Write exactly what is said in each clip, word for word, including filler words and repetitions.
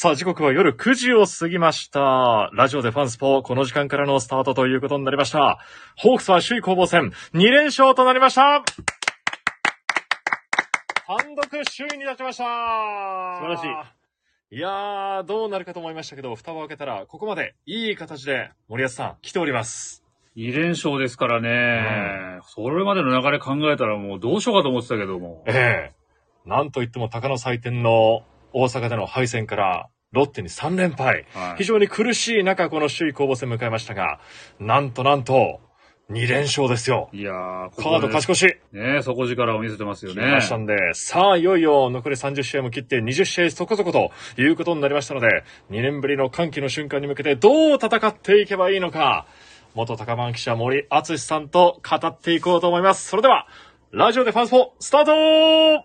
さあ、時刻は夜くじを過ぎました。ラジオでファンスポ、この時間からのスタートということになりました。ホークスは首位攻防戦に連勝となりました。単独首位に立ちました。素晴らしい。いやー、どうなるかと思いましたけど、蓋を開けたら、ここまでいい形で森保さん来ております。 に連勝ですからね、うん、それまでの流れ考えたらもうどうしようかと思ってたけども。 ええー。なんといっても鷹の祭典の大阪での敗戦からロッテにさん連敗、はい、非常に苦しい中この首位攻防戦を迎えましたが、なんとなんとに連勝ですよ。 いやー、ここカード勝ち越しねえ、底力を見せてますよね。 来ましたんで、さあいよいよ残りさんじゅう試合も切ってにじゅう試合そこそこということになりましたので、にねんぶりの歓喜の瞬間に向けてどう戦っていけばいいのか、元高番記者森敦さんと語っていこうと思います。それではラジオでファンスポスタート。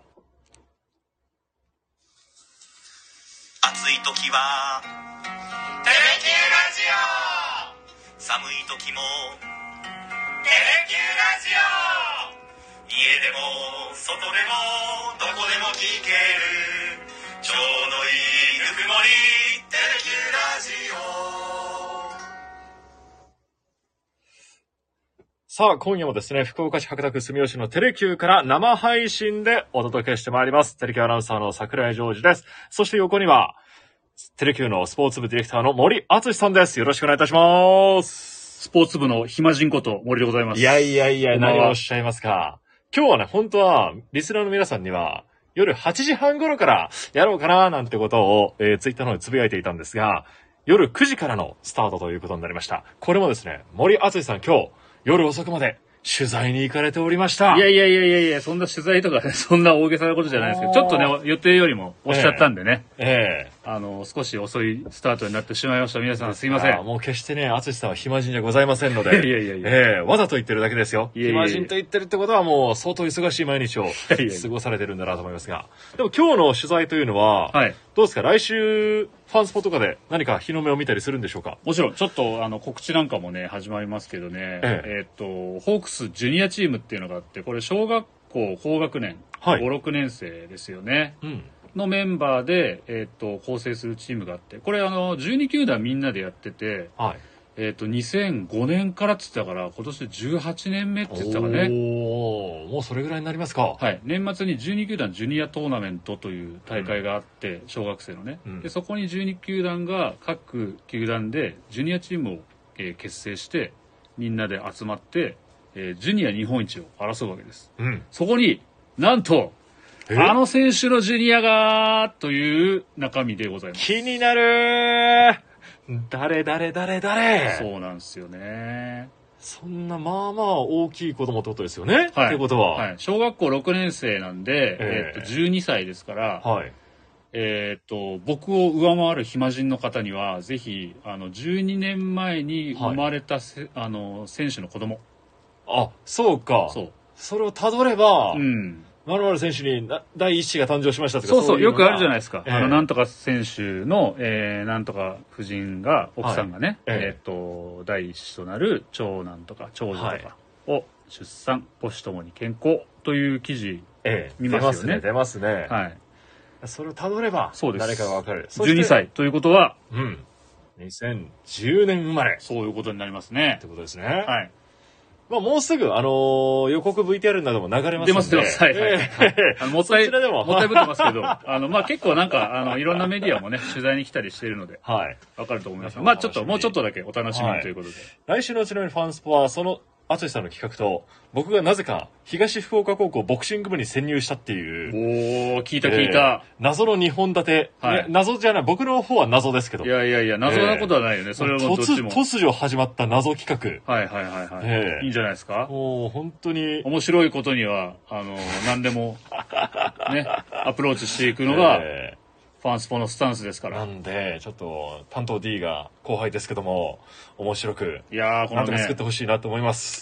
暑い時はテレキューラジオ、寒い時もテレキューラジオ、家でも外でもどこでも聞けるちょうどいいぬくもり、テレキューラジオ。 さあ今夜もですね、福岡市博多区住吉のテレキューから生配信でお届けしてまいります。テレキューアナウンサーの桜井ジョージです。そして横にはテレキューのスポーツ部ディレクターの森敦さんです。よろしくお願いいたします。 スポーツ部の暇人こと森でございます。 いやいやいや、何をおっしゃいますか。今日はね、本当はリスナーの皆さんには夜はちじはん頃からやろうかななんてことを、えー、ツイッターの方でつぶやいていたんですが、夜くじからのスタートということになりました。これもですね、森敦さん今日夜遅くまで取材に行かれておりました。 いやいやいやいやいや、そんな取材とかね、そんな大げさなことじゃないですけど、ちょっとね、予定よりも押しちゃったんでね。ええー、あの、少し遅いスタートになってしまいました。皆さんすいません。 もう決してね、敦さんは暇人じゃございませんので。 いやいやいや。 ええー、わざと言ってるだけですよ。いやいやいや、暇人と言ってるってことはもう相当忙しい毎日を過ごされてるんだなと思いますが。でも今日の取材というのは、はい、どうですか、来週、ファンスポとかで何か日の目を見たりするんでしょうか。 もちろん、ちょっとあの告知なんかもね、始まりますけどね、えええー、っと、ホークスジュニアチームっていうのがあって、これ小学校高学年、はい、ご、ろくねん生ですよね。うんのメンバーで、えー、っと構成するチームがあって、これあのじゅうに球団みんなでやってて、はい、えー、っとにせんごねんからって言ってたから今年でじゅうはちねんめって言ってたからね。 おー、もうそれぐらいになりますか。 はい、年末にじゅうに球団ジュニアトーナメントという大会があって、うん、小学生のね、うん、でそこにじゅうに球団が各球団でジュニアチームを、えー、結成してみんなで集まって、えー、ジュニア日本一を争うわけです、うん、そこになんとあの選手のジュニアがという中身でございます。 気になる。誰誰誰誰。 そうなんですよね。 そんなまあまあ大きい子供ってことですよね。はい。ってことは、 はい、小学校ろくねん生なんで、えー、えー、っとじゅうにさいですから、はい、えー、っと僕を上回る暇人の方にはぜひあのじゅうにねんまえに生まれた、はい、あの選手の子供。 あ、そうか。そう。それをたどれば。うん。〇〇選手に第一子が誕生しましたとか。 そうそう、よくあるじゃないですか。えー、あの、なんとか選手の、えー、なんとか夫人が、奥さんがね、はい、えー、っと、第一子となる長男とか長女とかを出産、母子ともに健康という記事、えー、見ますよね。 出ますね、出ますね。はい。それをたどれば、そうです。誰かがわかる。 じゅうにさいということは、 うん。にせんじゅうねん生まれ。 そういうことになりますね。 ってことですね。はい。まあ、もうすぐ、あのー、予告 ブイティーアール なども流れますので。 出ます、出ます。はい、はい。はい、あのもったい、もったいぶってますけど、あの、まあ、結構なんか、あの、いろんなメディアもね、取材に来たりしているので、はい。わかると思います。まあ、ちょっと、もうちょっとだけお楽しみにということで。 はい、来週のちなみにファンスポは、その、淳さんの企画と、僕がなぜか東福岡高校ボクシング部に潜入したっていう。おー、聞いた聞いた。 えー、謎のにほん立て、はい。謎じゃない、僕の方は謎ですけど。 いやいやいや、謎なことはないよね。えー、それはもうどっちも。 突如始まった謎企画。 はいはいはいはい。えー、いいんじゃないですか。 もう本当に。 面白いことには、あの、何でも、ね、アプローチしていくのが、えーファンスポのスタンスですから。 なんで、ちょっと、担当 D が後輩ですけども、面白く、 いやー、このね、 なんとか作ってほしいなと思います。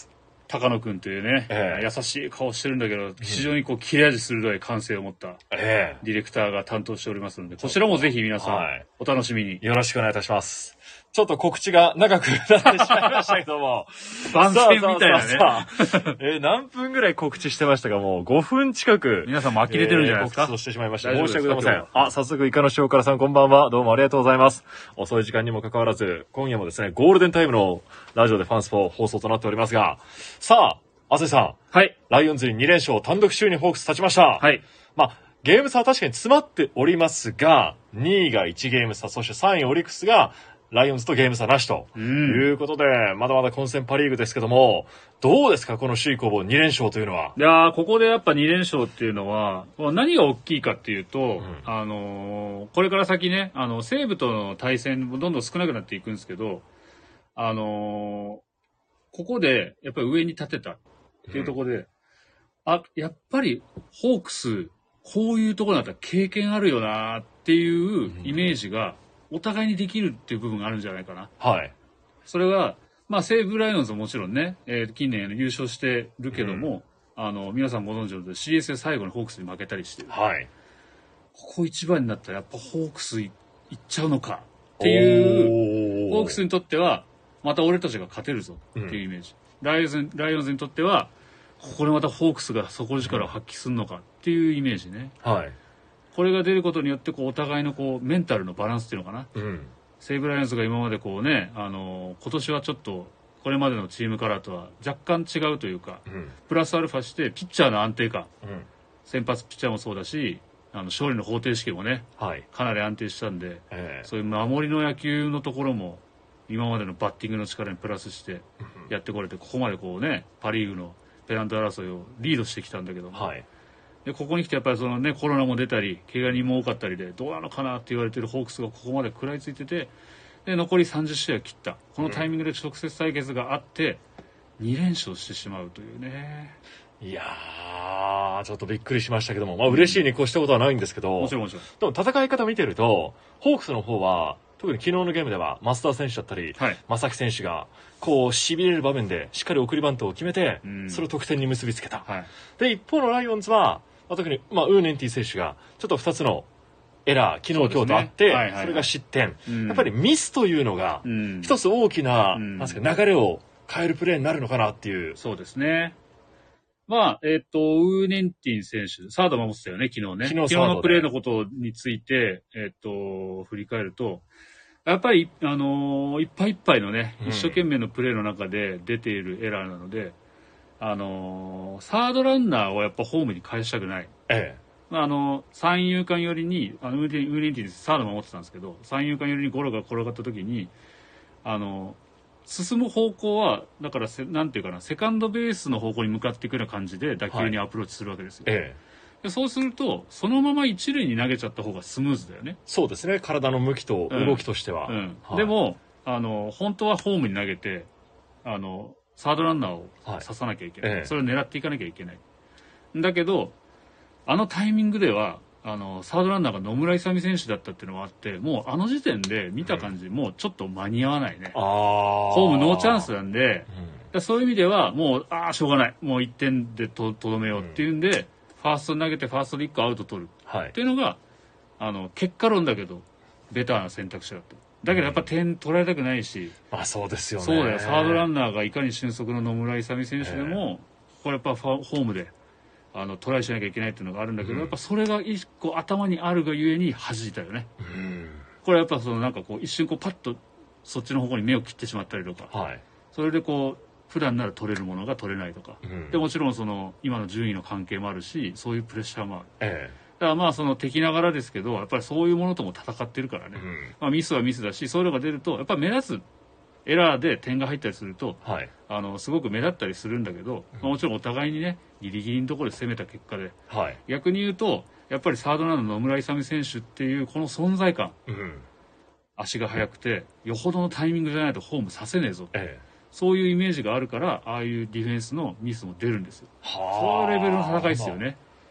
高野くんというね、えー、優しい顔してるんだけど、非常にこう切れ味鋭い感性を持ったディレクターが担当しておりますので、こちらもぜひ皆さんお楽しみに。 よろしくお願いいたします。ちょっと告知が長くなってしまいましたけども。 番宣みたいなね。 えー、何分ぐらい告知してましたか？もうごふん近く。 皆さんも呆れてるんじゃないですか？ えー、告知をしてしまいました。申し訳ございません。あ、早速イカの塩辛さんこんばんは。どうもありがとうございます。遅い時間にもかかわらず、今夜もですね、ゴールデンタイムのラジオでファンスポ放送となっておりますが、さあ、亜生さん。 はい。 ライオンズにに連勝、単独首位にホークス立ちました。 はい。 まあ、ゲーム差は確かに詰まっておりますが、にいがいちゲーム差、そしてさんいオリックスが、ライオンズとゲーム差なしということで、うん、まだまだ混戦パリーグですけども、どうですかこの首位攻防に連勝というのは。 いやー、ここでやっぱに連勝っていうのは、何が大きいかっていうと、うん、あのー、これから先ね、あの、西武との対戦もどんどん少なくなっていくんですけど、あのー、ここでやっぱり上に立てたっていうところで、うん、あ、やっぱりホークス、こういうところだったら経験あるよなっていうイメージが、お互いにできるっていう部分があるんじゃないかな。 はい。 それは、まあ、西武ライオンズももちろんね、えー、近年優勝してるけども、うん、あの、皆さんご存知のとおり シーエス で最後にホークスに負けたりしてる。 はい。 ここ一番になったらやっぱホークスいっちゃうのかっていう、ホークスにとっては、また俺たちが勝てるぞっていうイメージ。うん、ライオンズ、ライオンズにとっては、ここでまたホークスが底力を発揮するのかっていうイメージね。 はい。 これが出ることによってこうお互いのこうメンタルのバランスっていうのかな、うん、西武ライオンズが今までこうね、あの今年はちょっとこれまでのチームカラーとは若干違うというか、うん、プラスアルファしてピッチャーの安定感、うん、先発ピッチャーもそうだし、あの勝利の方程式もね、はい、かなり安定したんで、えー、そういう守りの野球のところも今までのバッティングの力にプラスしてやってこれて、ここまでこうねパ・リーグのペナント争いをリードしてきたんだけども、はい、でここに来てやっぱりその、ね、コロナも出たり怪我人も多かったりでどうなのかなって言われてるホークスがここまで食らいついてて、で残りさんじゅっ試合切ったこのタイミングで直接対決があってに連勝してしまうというね。 いやーちょっとびっくりしましたけども、まあ嬉しいに越したことはないんですけど、 もちろんもちろん。 でも戦い方見てるとホークスの方は特に昨日のゲームでは増田選手だったり、はい、正木選手がこうしびれる場面でしっかり送りバントを決めて、うん、それを得点に結びつけた、はい、で一方のライオンズは、まあ、特に、まあ、ウーネンティ選手がちょっとふたつのエラー昨日、ね、今日とあって、はいはいはい、それが失点、うん、やっぱりミスというのが一つ大きな、うん、なんですか流れを変えるプレーになるのかなっていう。 そうですね。まあ、えっ、ー、と、ウーネンティン選手、サード守ってたよね、昨日ね。昨日、昨日のプレーのことについて、えっ、ー、と、振り返ると、やっぱり、あのー、いっぱいいっぱいのね、うん、一生懸命のプレーの中で出ているエラーなので、あのー、サードランナーをやっぱホームに返したくない。ええ。あのー、三遊間寄りに、あのウーネンティンサード守ってたんですけど、三遊間寄りにゴロが転がった時に、あのー、進む方向は、だからせ、なんていうかな、セカンドベースの方向に向かっていくような感じで打球にアプローチするわけですよ。はい、ええ、でそうすると、そのまま一塁に投げちゃった方がスムーズだよね。 そうですね。体の向きと動きとしては。うんうんはい、でも、あの、本当はホームに投げて、あの、サードランナーを刺さなきゃいけない。はいええ、それを狙っていかなきゃいけない。だけど、あのタイミングでは、あの、サードランナーが野村勇選手だったっていうのもあって、もうあの時点で見た感じ、うん、もうちょっと間に合わないね。ホームノーチャンスなんで、うん、そういう意味ではもう、ああ、しょうがない。もういってんで と, とどめようっていうんで、うん、ファーストに投げてファーストでいっこアウト取る。はい、っていうのが、あの、結果論だけど、ベターな選択肢だった。だけどやっぱ点取られたくないし。 まあそうですよね。 そうだよ。サードランナーがいかに俊足の野村勇選手でも、これやっぱホームで、あのトライしなきゃいけないっていうのがあるんだけど、うん、やっぱそれが一個頭にあるがゆえに弾いたよね、うん、これやっぱそのなんかこう一瞬こうパッとそっちの方向に目を切ってしまったりとか、はい、それでこう普段なら取れるものが取れないとか、うん、でもちろんその今の順位の関係もあるしそういうプレッシャーもある、ええ、だからまあその敵ながらですけどやっぱりそういうものとも戦ってるからね、うんまあ、ミスはミスだしそういうのが出るとやっぱ目立つエラーで点が入ったりすると、はい、あのすごく目立ったりするんだけど、まあ、もちろんお互いにねギリギリのところで攻めた結果で、はい、逆に言うとやっぱりサードランナーの野村勇選手っていうこの存在感、うん、足が速くてよほどのタイミングじゃないとホームさせねえぞ、ええ、そういうイメージがあるからああいうディフェンスのミスも出るんですよ。そういうレベルの戦いですよね。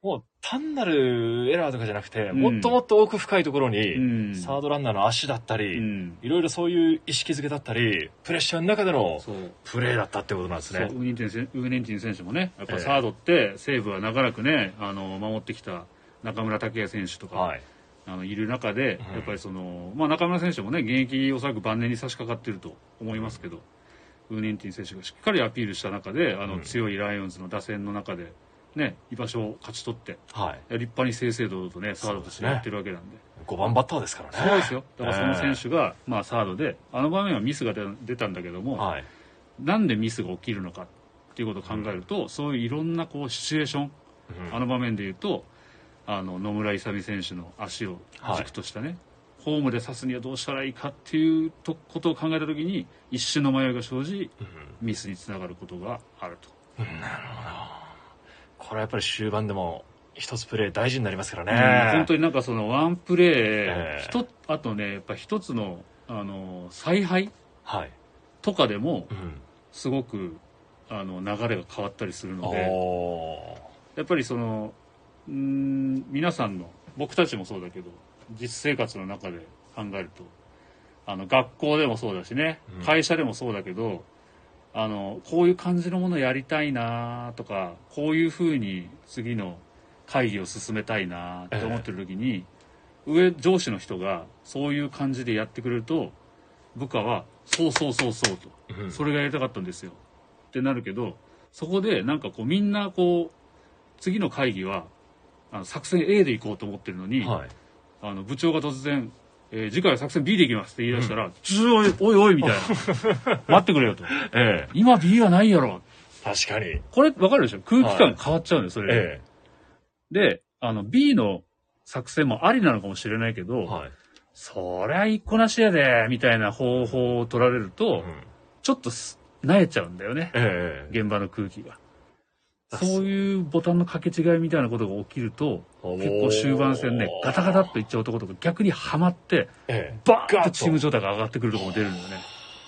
もう単なるエラーとかじゃなくて、うん、もっともっと奥深いところに、うん、サードランナーの足だったり、うん、いろいろそういう意識づけだったり、プレッシャーの中でのプレーだったってことなんですね。 ウーネンティン選手もね、やっぱサードって西武は長らくね、あの守ってきた中村剛也選手とか、はい、あのいる中で、やっぱりその、まあ、中村選手もね、現役おそらく晩年に差し掛かっていると思いますけど、ウーネンティン選手がしっかりアピールした中で、あの強いライオンズの打線の中で、ね、居場所を勝ち取って、はい、立派に正々堂々とねサードとしてやってるわけなんで、 ごばんバッターですからね。 そうですよ。だからその選手が、えーまあ、サードであの場面はミスが出たんだけども、はい、なんでミスが起きるのかっていうことを考えると、うん、そういういろんなこうシチュエーション、うん、あの場面でいうとあの野村勇選手の足を軸としたね、はい、ホームで刺すにはどうしたらいいかっていうことを考えた時に一瞬の迷いが生じ、うん、ミスにつながることがあると、 うん、なるほど。これはやっぱり終盤でも一つプレー大事になりますからね、 うん、本当になんかそのワンプレー、えー、あとねやっぱ一つの、あの采配とかでもすごくあの流れが変わったりするので、やっぱりそのん皆さんの僕たちもそうだけど実生活の中で考えるとあの学校でもそうだしね、うん、会社でもそうだけどあのこういう感じのものやりたいなとかこういうふうに次の会議を進めたいなって思ってる時に、えー、上上司の人がそういう感じでやってくれると部下はそうそうそうそうと、うん、それがやりたかったんですよってなるけど、そこでなんかこうみんなこう次の会議はあの作戦 A で行こうと思ってるのに、はい、あの部長が突然えー、次回は作戦 B でいきますって言い出したら、うん、おいおいおいみたいな待ってくれよと、ええ、今 B はないやろ。 確かにこれ分かるでしょ、空気感変わっちゃうんだよそれで、ええ、であの B の作戦もありなのかもしれないけど、はい、そりゃ一個なしやでみたいな方法を取られると、うん、ちょっと萎えちゃうんだよね、ええ、現場の空気が。そういうボタンの掛け違いみたいなことが起きると結構終盤戦ねガタガタっといっちゃうところとか逆にはまって、ええ、バーッとチーム状態が上がってくるところも出るんだよね。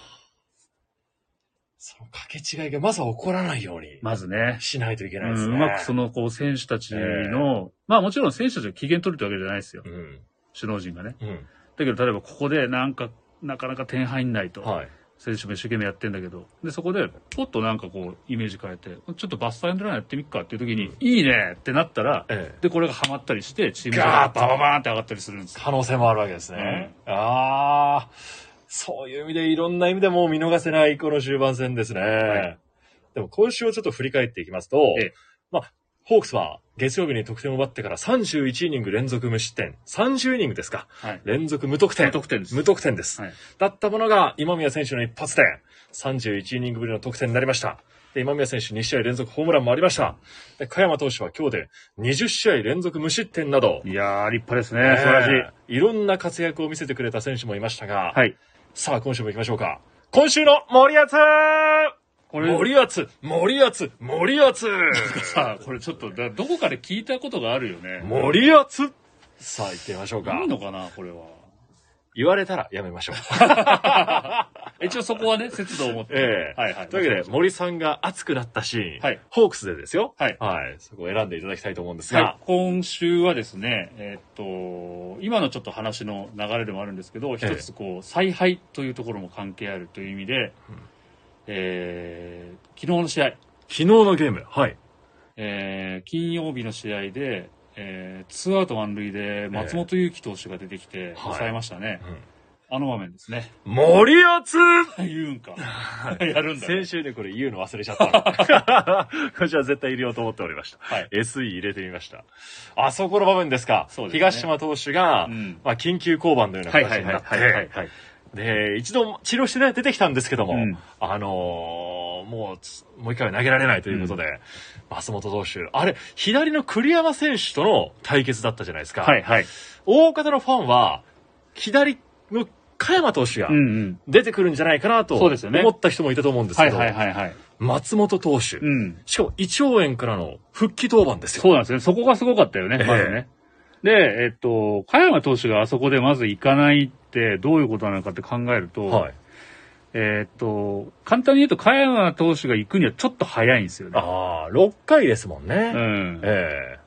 その掛け違いがまずは起こらないようにまずねしないといけないですね、 うん、うまくそのこう選手たちの、えー、まあもちろん選手たちが機嫌取るってわけじゃないですよ、うん、首脳陣がね、うん、だけど例えばここでなんかなかなか点入んないと、はい、選手も一生懸命やってんだけど、でそこでポッとなんかこうイメージ変えてちょっとバスターエンドランやってみっかっていう時に、うん、いいねってなったら、ええ、でこれがハマったりしてチームがバババーンって上がったりするんですよ。 可能性もあるわけですね、うん、ああそういう意味でいろんな意味でもう見逃せないこの終盤戦ですね、はい、でも今週をちょっと振り返っていきますと、ええ、まあホークスは月曜日に得点を奪ってからさんじゅういちイニング連続無失点。さんじゅうイニングですか。はい、連続無得点。 無得点です。 無得点です。はい、だったものが今宮選手の一発でさんじゅういちイニングぶりの得点になりました。で、今宮選手に試合連続ホームランもありました。で、加山投手は今日でにじゅう試合連続無失点など。 いやー、立派ですね。ね素晴らしい。いろんな活躍を見せてくれた選手もいましたが。はい。さあ、今週も行きましょうか。今週の森厚森厚森厚森厚さあこれちょっとだどこかで聞いたことがあるよね。 森厚さあ行ってみましょうか。 いいのかなこれは。 言われたらやめましょう。 一応そこはね節度を持って、 えーはいはい、というわけで森さんが熱くなったシーン、はい、ホークスでですよ、はいはい、そこを選んでいただきたいと思うんですが、はい、 今週はですね、えー、っと今のちょっと話の流れでもあるんですけど、一つこう采配というところも関係あるという意味で、うんえー、昨日の試合昨日のゲームはい、 えー、金曜日の試合で、えー、ツーアウト満塁で松本裕樹投手が出てきて抑えましたね、はいうん、あの場面ですね。 森厚言うんかやるんだ、ね、 先週でこれ言うの忘れちゃったこちら絶対入れようと思っておりました、はい、エスイー 入れてみました。あそこの場面ですか。そうですね、東島投手が、うんまあ、緊急降板のような形になってで一度治療して、ね、出てきたんですけども、うん、あのー、もうもう一回は投げられないということで、うん、松本投手あれ左の栗山選手との対決だったじゃないですか、はいはい、大方のファンは左の加山投手が出てくるんじゃないかなと思った人もいたと思うんですけど、松本投手、うん、しかも胃腸炎からの復帰登板ですよ。 そうなんですね。そこがすごかったよね、まずね。で、えっと、加山投手があそこでまず行かないってどういうことなのかって考えると、はい、えっと、簡単に言うと加山投手が行くにはちょっと早いんですよね。 ああ、ろっかいですもんね。うん。ええ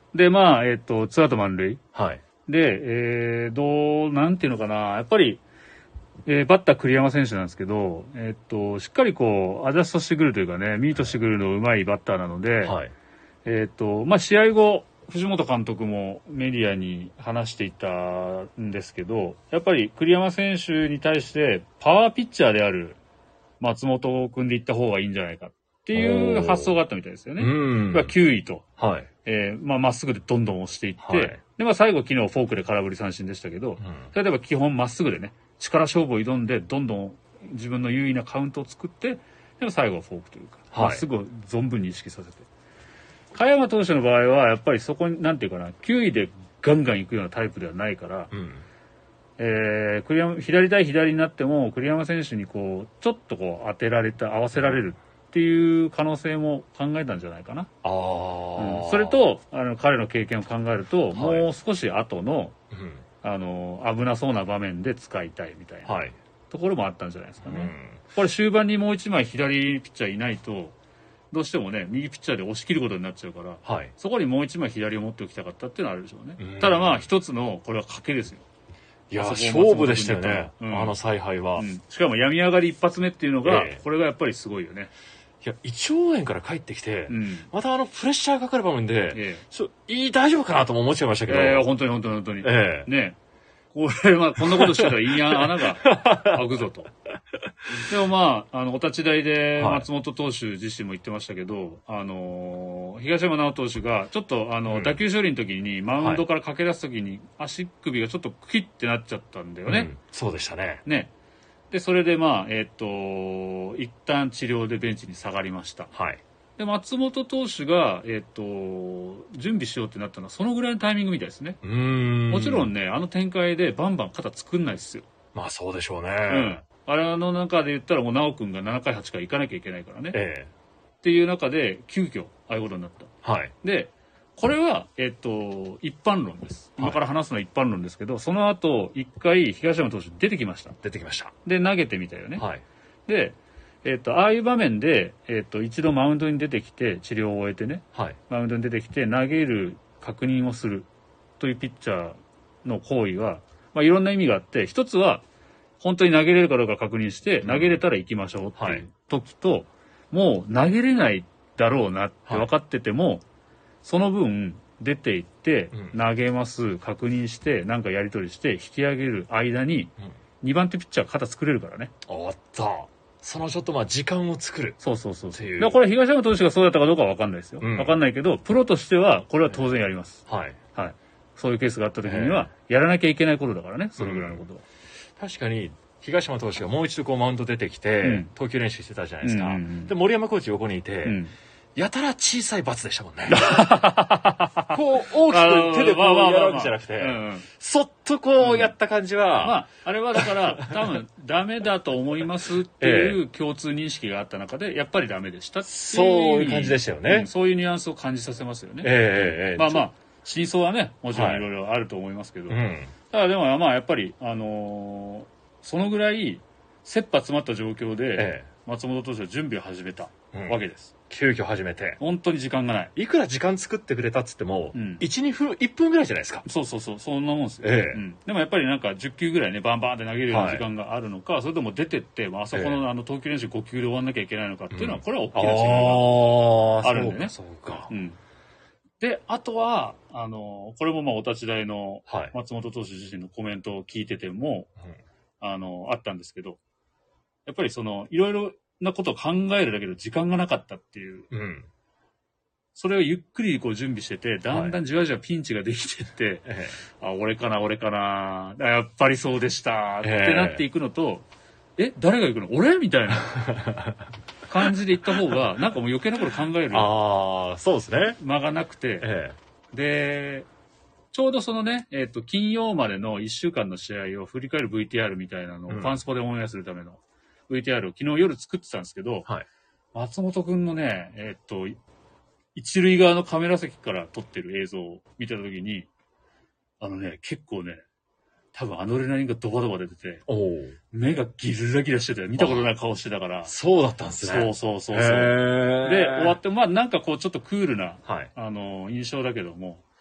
で、まあ、えっと、ツーアウト満塁。 はい。 で、えー、どう、なんていうのかな、やっぱり、えー、バッター栗山選手なんですけど、えっと、しっかりこう、アジャストしてくるというかね、ミートしてくるのうまいバッターなので、はい。えっと、まあ、試合後、藤本監督もメディアに話していたんですけど、やっぱり栗山選手に対してパワーピッチャーである松本君で行った方がいいんじゃないかっていう発想があったみたいですよね。うん。きゅういと。はい。えー、まあ、まっすぐでどんどん押していって、はい、で、まあ、最後昨日フォークで空振り三振でしたけど、うん、例えば基本まっすぐでね、力勝負を挑んで、どんどん自分の優位なカウントを作って、でも最後はフォークというか、ま、はい、っすぐを存分に意識させて。加山投手の場合は、やっぱりそこに、なんていうかな、きゅういでガンガン行くようなタイプではないから、うん、えー、栗山、左対左になっても、栗山選手にこう、ちょっとこう当てられた、合わせられるっていう可能性も考えたんじゃないかな。あー、うん、それと、あの、彼の経験を考えると、はい、もう少し後の、うん、あの、危なそうな場面で使いたいみたいな、はい、ところもあったんじゃないですかね。うん、これ終盤にもう一枚左ピッチャーいないと、どうしてもね、右ピッチャーで押し切ることになっちゃうから、はい、そこにもう一枚左を持っておきたかったっていうのはあるでしょうね。うん、ただまあ、一つの、これは賭けですよ。 いや、勝負でしたよね、うん、あの采配は、うん。 しかも病み上がり一発目っていうのが、えー、これがやっぱりすごいよね。 いや、胃腸炎から帰ってきて、うん、またあのプレッシャーかかる場面で、えー、ちょいい大丈夫かなとも思っちゃいましたけど。 えー、本当に本当に本当に。えー、ね。これは、こんなことしてたらいい穴が開くぞと。でもまあ、あの、お立ち台で松本投手自身も言ってましたけど、はい、あの、東山直投手が、ちょっとあの、うん、打球処理の時に、マウンドから駆け出す時に、足首がちょっとクキッてなっちゃったんだよね。うん、 そうでしたね。 ね。で、それでまあ、えっと、一旦治療でベンチに下がりました。はい。で、松本投手が、えっと、準備しようってなったのは、そのぐらいのタイミングみたいですね。うーん。もちろんね、あの展開でバンバン肩作んないですよ。 まあそうでしょうね。 うん。あれの中で言ったら、もう直くんがななかいはちかい行かなきゃいけないからね。ええ。っていう中で、急遽、ああいうことになった。はい。で、これは、えっと、一般論です。今から話すのは一般論ですけど、はい、その後、一回、東山投手出てきました。 出てきました。 で、投げてみたよね。はい。で、えっと、ああいう場面で、えっと、一度マウンドに出てきて、治療を終えてね、はい、マウンドに出てきて、投げる確認をするというピッチャーの行為は、まあ、いろんな意味があって、一つは、本当に投げれるかどうか確認して、投げれたら行きましょうっていう時と、はい、もう投げれないだろうなって分かってても、はい、その分、出て行って、投げます、確認して、なんかやり取りして、引き上げる間に、にばん手ピッチャー肩作れるからね。 あった。そのちょっとまあ時間を作る。 そうそうそう。っていう。だからこれ東山投手がそうだったかどうかは分かんないですよ。うん、分かんないけど、プロとしてはこれは当然やります。はい。はい。そういうケースがあった時には、やらなきゃいけないことだからね、それぐらいのことは。 うん、確かに、東山投手がもう一度こうマウンド出てきて、うん、投球練習してたじゃないですか。うんうんうん、で、森山コーチ横にいて、うん、やたら小さい罰でしたもんね。こう、大きく手でこうやるわけじゃなくて、そっとこうやった感じは。 うん、まあ、あれはだから、多分、ダメだと思いますっていう共通認識があった中で、やっぱりダメでしたっていう。 そういう感じでしたよね。うん、 そういうニュアンスを感じさせますよね。えー、まあまあ、真相はね、もちろんいろいろあると思いますけど。はい、うん、ただでも、まあ、やっぱり、あのー、そのぐらい、切羽詰まった状況で、えー、松本投手は準備を始めたわけです。 うん、急遽始めて。 本当に時間がない。 いくら時間作ってくれたっつっても、うん、いち、にふん、いっぷんぐらいじゃないですか。 そうそうそう、そんなもんですよ。ええうん、でもやっぱりなんかじゅっきゅうぐらいね、バンバンって投げるような時間があるのか、はい、それとも出てって、まあそこの、ええ、あの投球練習ごきゅうで終わんなきゃいけないのかっていうのは、うん、これは大きな違いがあるんでね。 そうか。 うん、で、あとは、あの、これもまあお立ち台の松本投手自身のコメントを聞いてても、はい、あの、あったんですけど、やっぱりその、いろいろなことを考えるだけど時間がなかったっていう。うん、それをゆっくりこう準備してて、だんだんじわじわピンチができてって、はい、あ、俺かな、俺かな、やっぱりそうでした、ってなっていくのと、えー、え、誰が行くの俺みたいな感じで行った方が、なんかもう余計なこと考える。 ああ、そうですね。 間がなくて、えー、で、ちょうどそのね、えっと、金曜までのいっしゅうかんの試合を振り返る ブイティーアール みたいなのを、うん、ファンスポでオンエアするための ブイティーアール を昨日夜作ってたんですけど、はい、松本くんのね、えっと、一塁側のカメラ席から撮ってる映像を見たときに、あのね、結構ね、多分アドレナリンがドバドバ出てて、目がギラギラしてて、見たことない顔してたから。 そうだったんですね。 そうそうそうそう。で、終わって、まあなんかこうちょっとクールな、はい、あの、印象だけども、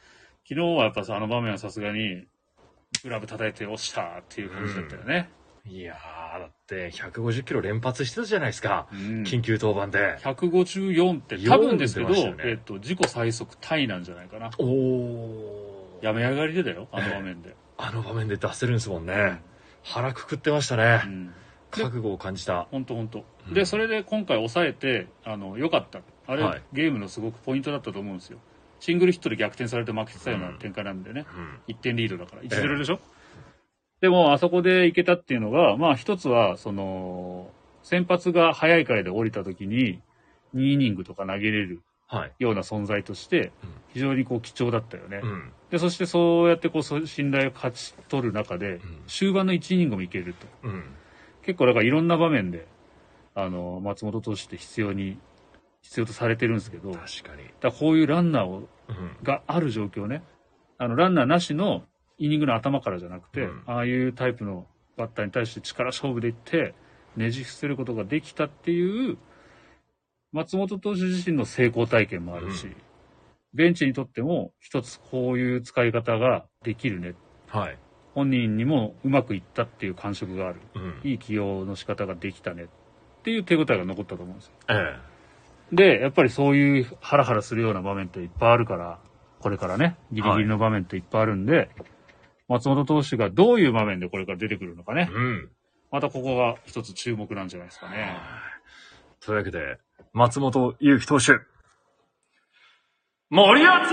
昨日はやっぱさ、あの場面はさすがに、グラブ叩いて押したっていう感じだったよね。 うん、いやー、だってひゃくごじゅっキロ連発してたじゃないですか。うん、緊急登板で。 ひゃくごじゅうよんって多分ですけど、ね、えっと、自己最速タイなんじゃないかな。おー。やめ上がりでだよ、あの場面で。 えー、あの場面で出せるんですもんね。うん、腹くくってましたね。うん、覚悟を感じた。 ほんとほんと。で、それで今回抑えて、あの、良かった。あれ、はい、ゲームのすごくポイントだったと思うんですよ。シングルヒットで逆転されて負けてたような展開なんでね。うん、いってんリードだから。いちたいゼロでしょ、ええ、でも、あそこでいけたっていうのが、まあ一つは、その、先発が早い回で降りた時に、にイニングとか投げれるような存在として、非常にこう貴重だったよね。うん、で、そしてそうやってこう信頼を勝ち取る中で、うん、終盤のいちイニングもいけると。うん、結構だからいろんな場面で、あの、松本投手って必要に、必要とされてるんですけど、 確かに。 だこういうランナーを、うん、がある状況ね、あの、ランナーなしのイニングの頭からじゃなくて、うん、ああいうタイプのバッターに対して力勝負でいって、ねじ伏せることができたっていう、松本投手自身の成功体験もあるし、うん、ベンチにとっても一つこういう使い方ができるね。はい。本人にもうまくいったっていう感触がある。うん、いい起用の仕方ができたねっていう手応えが残ったと思うんですよ。ええ。で、やっぱりそういうハラハラするような場面っていっぱいあるから、これからね、ギリギリの場面っていっぱいあるんで、はい、松本投手がどういう場面でこれから出てくるのかね。うん、またここが一つ注目なんじゃないですかね。 というわけで、松本裕樹投手、森厚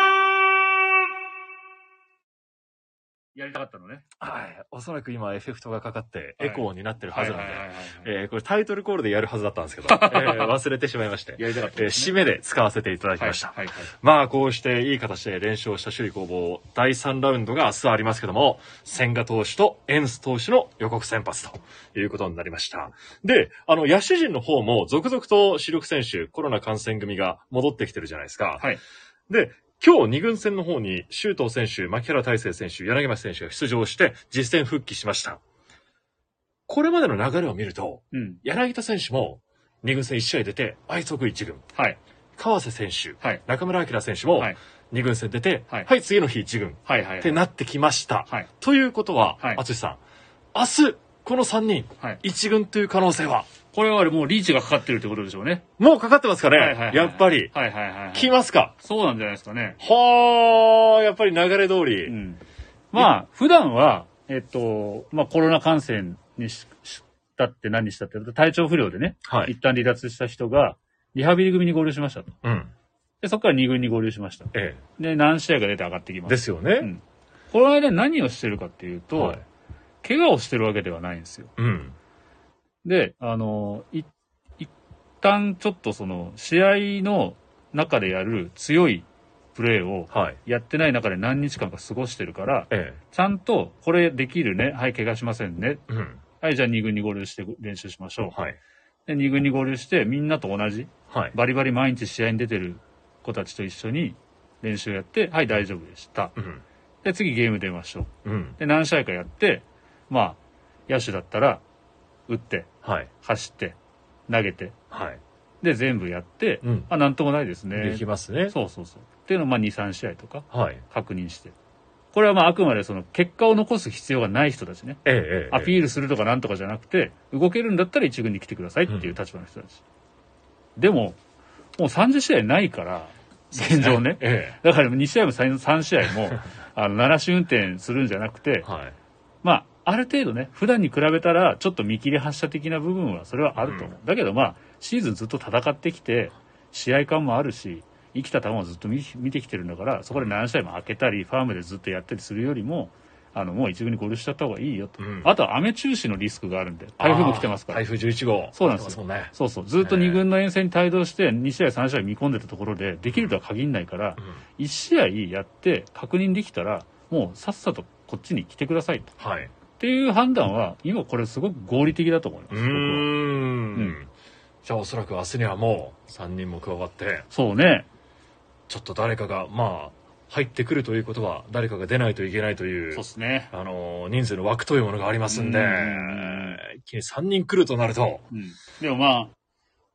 やりたかったのね。 はい。おそらく今エフェクトがかかってエコーになってるはずなんで、これタイトルコールでやるはずだったんですけど、えー、忘れてしまいまして、 やりたかったですね、えー、締めで使わせていただきました。はいはいはい、まあ、こうしていい形で連勝した首位攻防、だいさんラウンドが明日ありますけども、千賀投手とエンス投手の予告先発ということになりました。で、あの、野手陣の方も続々と主力選手、コロナ感染組が戻ってきてるじゃないですか。はい。で、今日に軍戦の方に周東選手、牧原大成選手、柳町選手が出場して実戦復帰しました。これまでの流れを見ると、うん、柳田選手もに軍戦いち試合出て愛即いち軍。はい。川瀬選手、はい、中村晃選手もに軍戦出て、はい、はい、次の日いち軍、はいはいはい、ってなってきました。はい、ということは、はい、淳さん、明日このさんにん、はい、いち軍という可能性はこれはもうリーチがかかってるってことでしょうね。 もうかかってますかね、はいはいはいはい、やっぱり。はいはいはいはい。来ますか。 そうなんじゃないですかね。 はー、やっぱり流れ通り。うん、 まあ、普段は、えっと、まあコロナ感染にしたって何したって体調不良でね、はい、一旦離脱した人がリハビリ組に合流しましたと。うん、で、そこからに軍に合流しました。ええ、で、何試合か出て上がってきます。 ですよね。うん、 この間何をしてるかっていうと、はい、怪我をしてるわけではないんですよ。うん、で、あの、い、一旦ちょっとその、試合の中でやる強いプレーをやってない中で何日間か過ごしてるから、ええ、ちゃんとこれできるね、はい、怪我しませんね。うん、はい、じゃあに軍に合流して練習しましょう。はい、で、に軍に合流してみんなと同じ、はい、バリバリ毎日試合に出てる子たちと一緒に練習やって、はい、大丈夫でした。うん、で、次ゲーム出ましょう。うん、で、何試合かやって、まあ、野手だったら、打って、はい、走って、投げて、はい、で、全部やって、うん、あ、なんともないですね。 できますね。 そうそうそう。っていうのを、まあ、に、さん試合とか、確認して。はい、これはまあ、あくまでその、結果を残す必要がない人たちね。ええ、アピールするとかなんとかじゃなくて、動けるんだったら一軍に来てくださいっていう立場の人たち。うん、でも、もうさんじゅう試合ないから、現状ね。ええ、だからに試合もさん試合も、あの、鳴らし運転するんじゃなくて、はい、まあ、ある程度ね、普段に比べたら、ちょっと見切り発車的な部分は、それはあると思う。うん、だけどまあ、シーズンずっと戦ってきて、試合感もあるし、生きた球をずっと 見, 見てきてるんだから、そこで何試合も開けたり、ファームでずっとやったりするよりも、あの、もう一軍に合流しちゃった方がいいよと。うん、あとは雨中止のリスクがあるんで、台風も来てますから。 台風じゅういち号。 そうなんですよ。ね、そうそう。ずっとに軍の遠征に帯同して、に試合さん試合見込んでたところで、できるとは限んないから、うん、いち試合やって確認できたら、もうさっさとこっちに来てくださいと。はい。っていう判断は、今これすごく合理的だと思います。うーん。 うん、じゃあおそらく明日にはもうさんにんも加わって。 そうね。 ちょっと誰かが、まあ、入ってくるということは、誰かが出ないといけないという。 そうですね。 あの、人数の枠というものがありますんで、ん一気にさんにん来るとなると。 うん、でもまあ、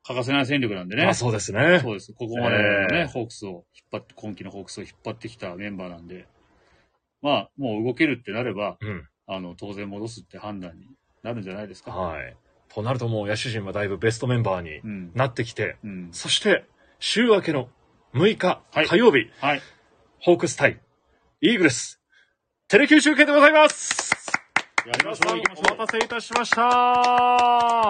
欠かせない戦力なんでね。 あ、そうですね。 そうです。ここまでのね、えー、ホークスを引っ張って、今季のホークスを引っ張ってきたメンバーなんで、まあ、もう動けるってなれば、うん、あの、当然戻すって判断になるんじゃないですか。 はい。となるともう野手陣はだいぶベストメンバーになってきて、うんうん、そして、週明けのむいか、はい、火曜日、はい、ホークス対イーグルス、テレキュー中継でございます。 やりましょう。 お待たせいたしました。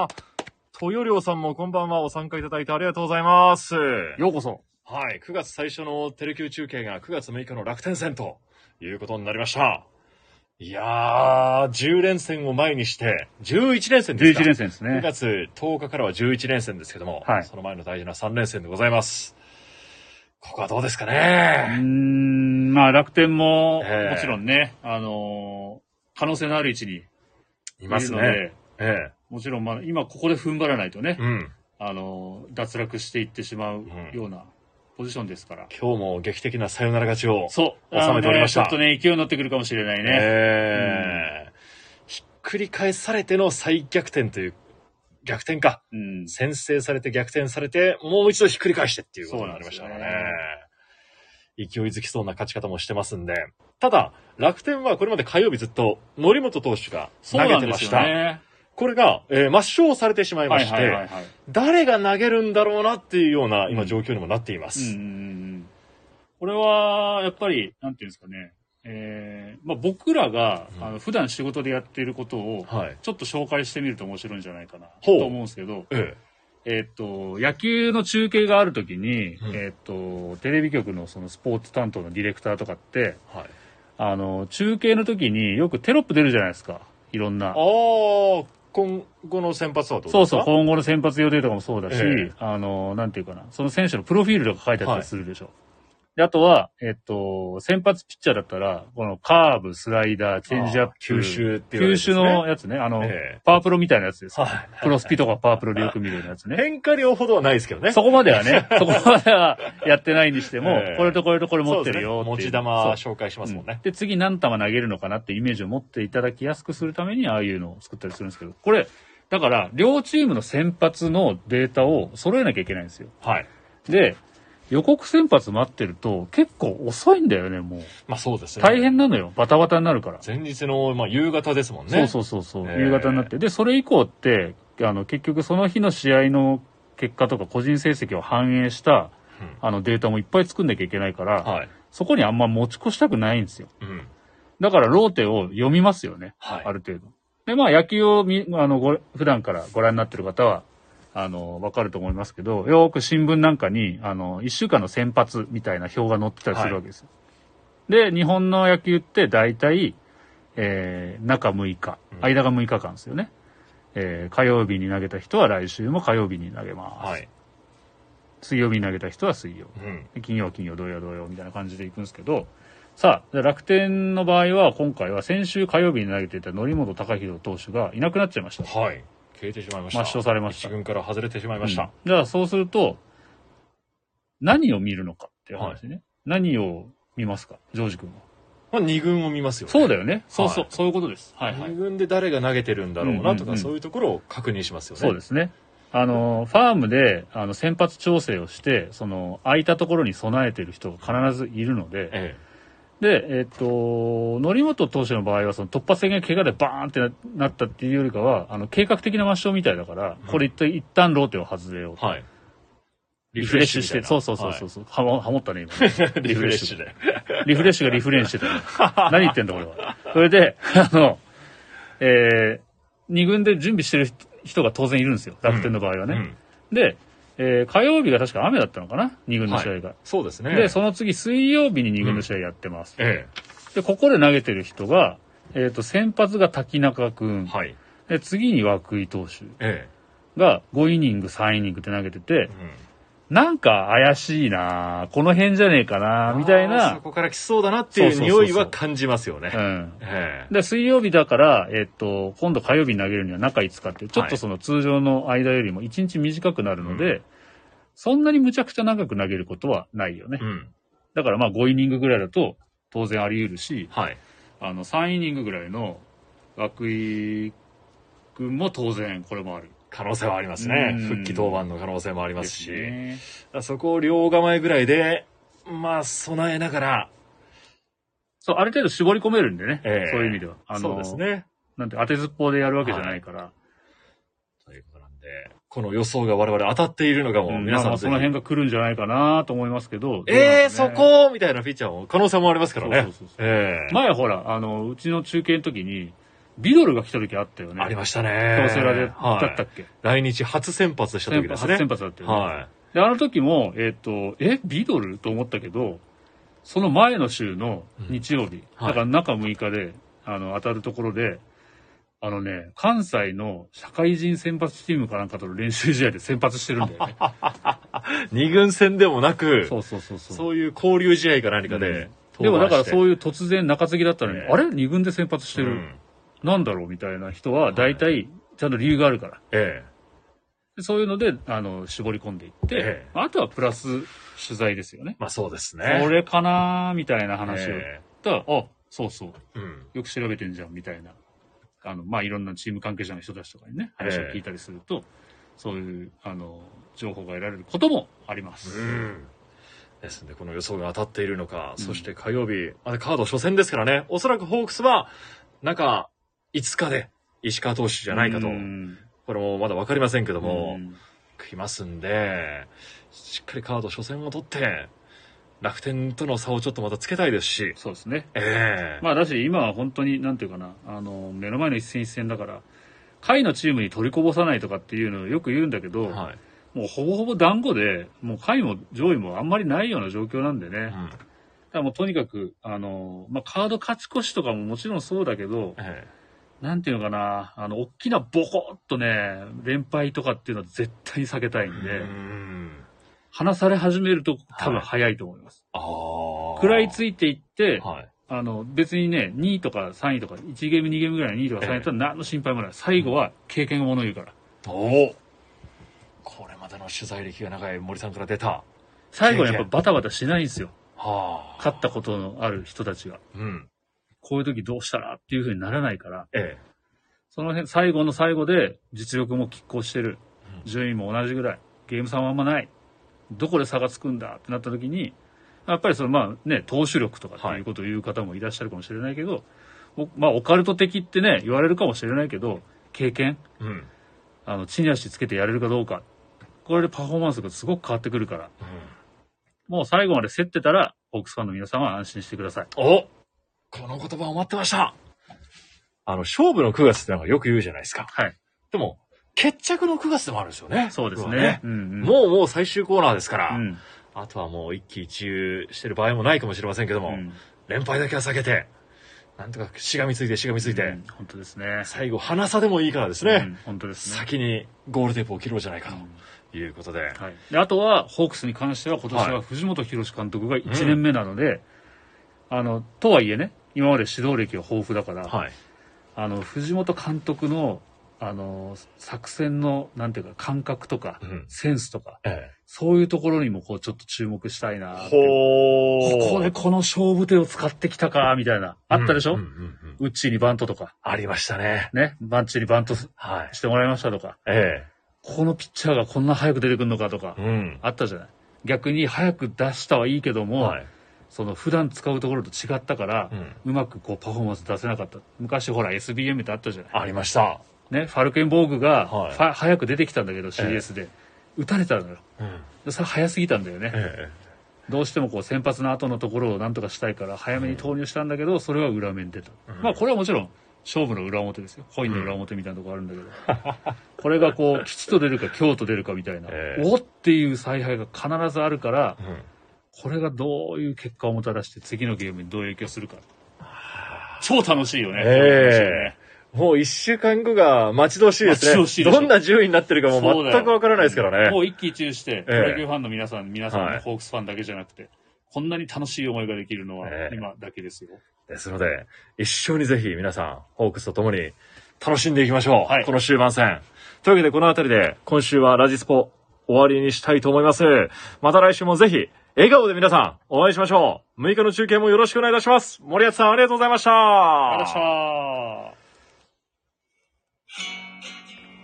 豊良さんもこんばんは、お参加いただいてありがとうございます。 ようこそ。 はい、くがつ最初のテレキュー中継がくがつむいかの楽天戦ということになりました。いやー、じゅうれんせんを前にして、じゅういちれんせんですか。 じゅういちれんせんですね。 くがつとおかからはじゅういちれんせんですけども、はい、その前の大事なさんれんせんでございます。ここはどうですかね。 うーん、まあ楽天も、えー、もちろんね、あのー、可能性のある位置にいますので、ええ、もちろん、まあ、今ここで踏ん張らないとね、うん、あのー、脱落していってしまうようなポジションですから。 今日も劇的なサヨナラ勝ちを収めておりました。 ね、ちょっとね、勢いに乗ってくるかもしれないね。 えーうん、ひっくり返されての再逆転という、逆転か、うん。先制されて逆転されて、もう一度ひっくり返してっていうことになりましたからね。勢いづきそうな勝ち方もしてますんで。ただ、楽天はこれまで火曜日ずっと、則本投手が投げてました。ね、これが、えー、抹消されてしまいまして、はいはいはいはい、誰が投げるんだろうなっていうような今状況にもなっています。うんうんうん、 これは、やっぱり、なんていうんですかね、えーまあ、僕らが、うん、あの普段仕事でやっていることを、はい、ちょっと紹介してみると面白いんじゃないかなと思うんですけど、えええー、っと野球の中継があるときに、うん、えー、っとテレビ局のそのスポーツ担当のディレクターとかって、はい、あの中継の時によくテロップ出るじゃないですか、いろんな。ああ、今後の先発はどうですか？ そうそう、今後の先発予定とかもそうだし、えー、あのなんていうかな、その選手のプロフィールとか書いてあったりするでしょ。はい、であとは、えっと、先発ピッチャーだったら、このカーブ、スライダー、チェンジアップ、 球種っていう、 ね、球種のやつね。あの、えー、パワープロみたいなやつです、ね。はい、プロスピとかパワープロでよく見るようなやつね。 変化量ほどはないですけどね。 そこまではね、そこまではやってないにしても、えー、これとこれとこれ持ってるよっていう。 持ち球紹介しますもんね、 うん。で、次何球投げるのかなってイメージを持っていただきやすくするために、ああいうのを作ったりするんですけど、これ、だから、両チームの先発のデータを揃えなきゃいけないんですよ。はい。で、予告先発待ってると結構遅いんだよね、もう。 まあそうですね。 大変なのよ。バタバタになるから。 前日の、まあ、夕方ですもんね。 そうそうそうそう、えー。夕方になって。で、それ以降って、あの、結局その日の試合の結果とか個人成績を反映した、うん、あのデータもいっぱい作んなきゃいけないから、はい、そこにあんま持ち越したくないんですよ。うん、だからローテを読みますよね。はい、ある程度。で、まあ野球をみ、あの、ご、普段からご覧になってる方は、あの、わかると思いますけど、よく新聞なんかに、あの、一週間の先発みたいな表が載ってたりするわけですよ。はい、で、日本の野球って大体、えー、中むいか、間がむいかかんですよね。えー、火曜日に投げた人は来週も火曜日に投げます。はい、水曜日に投げた人は水曜。うん、金曜は金曜、土曜は土曜みたいな感じでいくんですけど、さあ、楽天の場合は今回は先週火曜日に投げていた則本昂大投手がいなくなっちゃいました。 はい。消えてしまいました。 抹消されました。 一軍から外れてしまいました。うん、 じゃあそうすると、何を見るのかっていう話ね。はい、何を見ますか、ジョージ君は。 まあ、二軍を見ますよね。 そうだよね。そうそう、はい、そういうことです。はい、はい。 二軍で誰が投げてるんだろうなとか、そういうところを確認しますよね。 そうですね。あの、ファームで、あの、先発調整をして、その、空いたところに備えてる人が必ずいるので、ええで、えっと、則本投手の場合は、その突発的な怪我でバーンってなったっていうよりかは、あの、計画的な抹消みたいだから、うん、これ一旦、一旦ローテを外れようと。はい。リフレッシュして、そうそうそうそう、はい、はも、はもったね、今、ね。 リフレッシュで。 リフレッシュがリフレインしてた、ね。何言ってんだ、これは。それで、あの、えー、二軍で準備してる人が当然いるんですよ、楽天の場合はね。うんうん、で、えー、火曜日が確か雨だったのかな、二軍の試合が、はい。そうですね。で、その次、水曜日に二軍の試合やってます。うん、ええ、で、ここで投げてる人が、えっと、先発が滝中君。はい。で、次に涌井投手。ええ。がごイニング、さんイニングって投げてて、うん、なんか怪しいな、この辺じゃねえかな、みたいな。 そこから来そうだなっていう匂いは感じますよね。うん。 ええ。で、水曜日だから、えっと、今度火曜日に投げるには中いつかって、ちょっとその通常の間よりもいちにち短くなるので、うん、そんなにむちゃくちゃ長く投げることはないよね。うん、だからまあごイニングぐらいだと当然あり得るし、はい、あのさんイニングぐらいの涌井君も当然これもある。 可能性はありますね。復帰登板の可能性もありますし。ね、そこを両構えぐらいで、まあ、備えながら。 そう、ある程度絞り込めるんでね。えー、そういう意味では。 あのそうですね。 なんて当てずっぽうでやるわけじゃないから。はい、 ということなんで、この予想が我々当たっているのかも、皆さん、うん、まあ、 その辺が来るんじゃないかなと思いますけど。 ええー、そこみたいなピッチャーも可能性もありますからね。そうそうそうそう、 えー、前ほら、あの、うちの中継の時に、ビドルが来た時あったよね。 ありましたね。 京セラで、はい、だったっけ、 来日初先発した時ですね。 初先発だったよね。 はい。 で、あの時も、えっ、ー、と、え、ビドルと思ったけど、その前の週の日曜日、うんはい、だから中むいかで、あの、当たるところで、あのね、関西の社会人選抜チームかなんかとの練習試合で先発してるんだよね。 二軍戦でもなく、 そうそうそうそう。 そういう交流試合か何かで、 うん、でもだからそういう突然中継ぎだったのに、えー、あれ二軍で先発してる、うん、なんだろうみたいな人は大体ちゃんと理由があるから。えー、でそういうので、あの、絞り込んでいって、えー、あとはプラス取材ですよね。 まあそうですね。 これかなーみたいな話を。えー、だから、あ、そうそう、うん。よく調べてんじゃんみたいな。あの、まあ、いろんなチーム関係者の人たちとかにね、話を聞いたりすると、えー、そういう、あの、情報が得られることもあります。うん。 ですので、この予想が当たっているのか、うん、そして火曜日、あれカード初戦ですからね、おそらくホークスは、中いつかで石川投手じゃないかと、うん、これもまだわかりませんけども、うん、来ますんで、しっかりカード初戦を取って、楽天との差をちょっとまたつけたいですし。 そうですね。 ええー。 まあだし今は本当になんていうかな、あの、目の前の一戦一戦だから、下位のチームに取りこぼさないとかっていうのをよく言うんだけど、はい、もうほぼほぼ団子で、もう下位も上位もあんまりないような状況なんでね。うん、だからもうとにかく、あの、まあカード勝ち越しとかももちろんそうだけど、ええー、なんていうのかな、あの、大きなボコッとね、連敗とかっていうのは絶対に避けたいんで、うん話され始めると多分早いと思います。はい、あ食らいついていって、はい、あの別にね、にいとかさんいとか、いちゲームにゲームぐらいのにいとかさんいだったら何の心配もない。最後は経験がもの言うから。 おおこれまでの取材歴が長い森さんから出た。 最後はやっぱバタバタしないんですよ。はあ、勝ったことのある人たちが。うん、こういう時どうしたらっていう風にならないから、ええ、その辺、最後の最後で実力も拮抗してる。順位も同じぐらい。ゲーム差もあんまない。どこで差がつくんだってなった時に、やっぱりそのまあね、投手力とかっていうことを言う方もいらっしゃるかもしれないけど、はい、まあオカルト的ってね、言われるかもしれないけど、経験、うん、あの、地に足つけてやれるかどうか、これでパフォーマンスがすごく変わってくるから、うん、もう最後まで競ってたら、ホークスファンの皆さんは安心してください。 おこの言葉を待ってました。あの、勝負のくがつってのがよく言うじゃないですか。はい。でも、決着のくがつでもあるんですよね。 そうですね。ねうんうん、 もうもう最終コーナーですから、うん、あとはもう一喜一憂してる場合もないかもしれませんけども、うん、連敗だけは避けて、なんとかしがみついてしがみついて、うん、 本当ですね。 最後、鼻差でもいいからですね、うん、 本当ですね。 先にゴールテープを切ろうじゃないかということで。うんはい、であとは、ホークスに関しては今年は藤本博監督がいちねんめなので、うん、あの、とはいえね、今まで指導歴が豊富だから、はい、あの、藤本監督のあの、作戦の、なんていうか、感覚とか、うん、センスとか、ええ、そういうところにも、こう、ちょっと注目したいなって。ここでこの勝負手を使ってきたか、みたいな。あったでしょ、うんうんうんうん、ウッチーにバントとか。 ありましたね。 ね。バンチにバントしてもらいましたとか。ええ。このピッチャーがこんな早く出てくるのかとか、うん、あったじゃない。逆に早く出したはいいけども、はい、その普段使うところと違ったから、うん、うまくこう、パフォーマンス出せなかった。昔ほら、エスビーエム ってあったじゃない。 ありました。 ね、ファルケンボーグが、はい、早く出てきたんだけど シーエス で、ええ、打たれたのよ、うん、それ早すぎたんだよね、ええ、どうしてもこう先発の後のところをなんとかしたいから早めに投入したんだけど、それは裏目に出た、うん、まあこれはもちろん勝負の裏表ですよ、コインの裏表みたいなところあるんだけど、うん、これがこう吉と出るか凶と出るかみたいな、ええ、おっていう采配が必ずあるから、うん、これがどういう結果をもたらして次のゲームにどう影響するか超楽しいよね、 えーもう一週間後が待ち遠しいですね。待ち遠しいでしょ。どんな順位になってるかもう全くわからないですからね。 もう一喜一憂して、プロ野球ファンの皆さん、皆さんね、はい、ホークスファンだけじゃなくて、こんなに楽しい思いができるのは今だけですよ。 えー、ですので、一緒にぜひ皆さん、ホークスと共に楽しんでいきましょう。はい、この終盤戦。というわけでこのあたりで、今週はラジスポ終わりにしたいと思います。また来週もぜひ、笑顔で皆さん、お会いしましょう。むいかの中継もよろしくお願いいたします。森保さんありがとうございました。 ありがとうございました。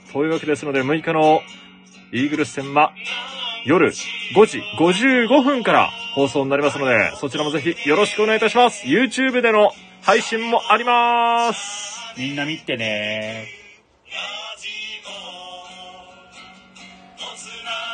というわけですので、むいかのイーグルス戦は夜ごじごじゅうごふんから放送になりますので、そちらもぜひよろしくお願いいたします。YouTube での配信もあります。 みんな見てねー。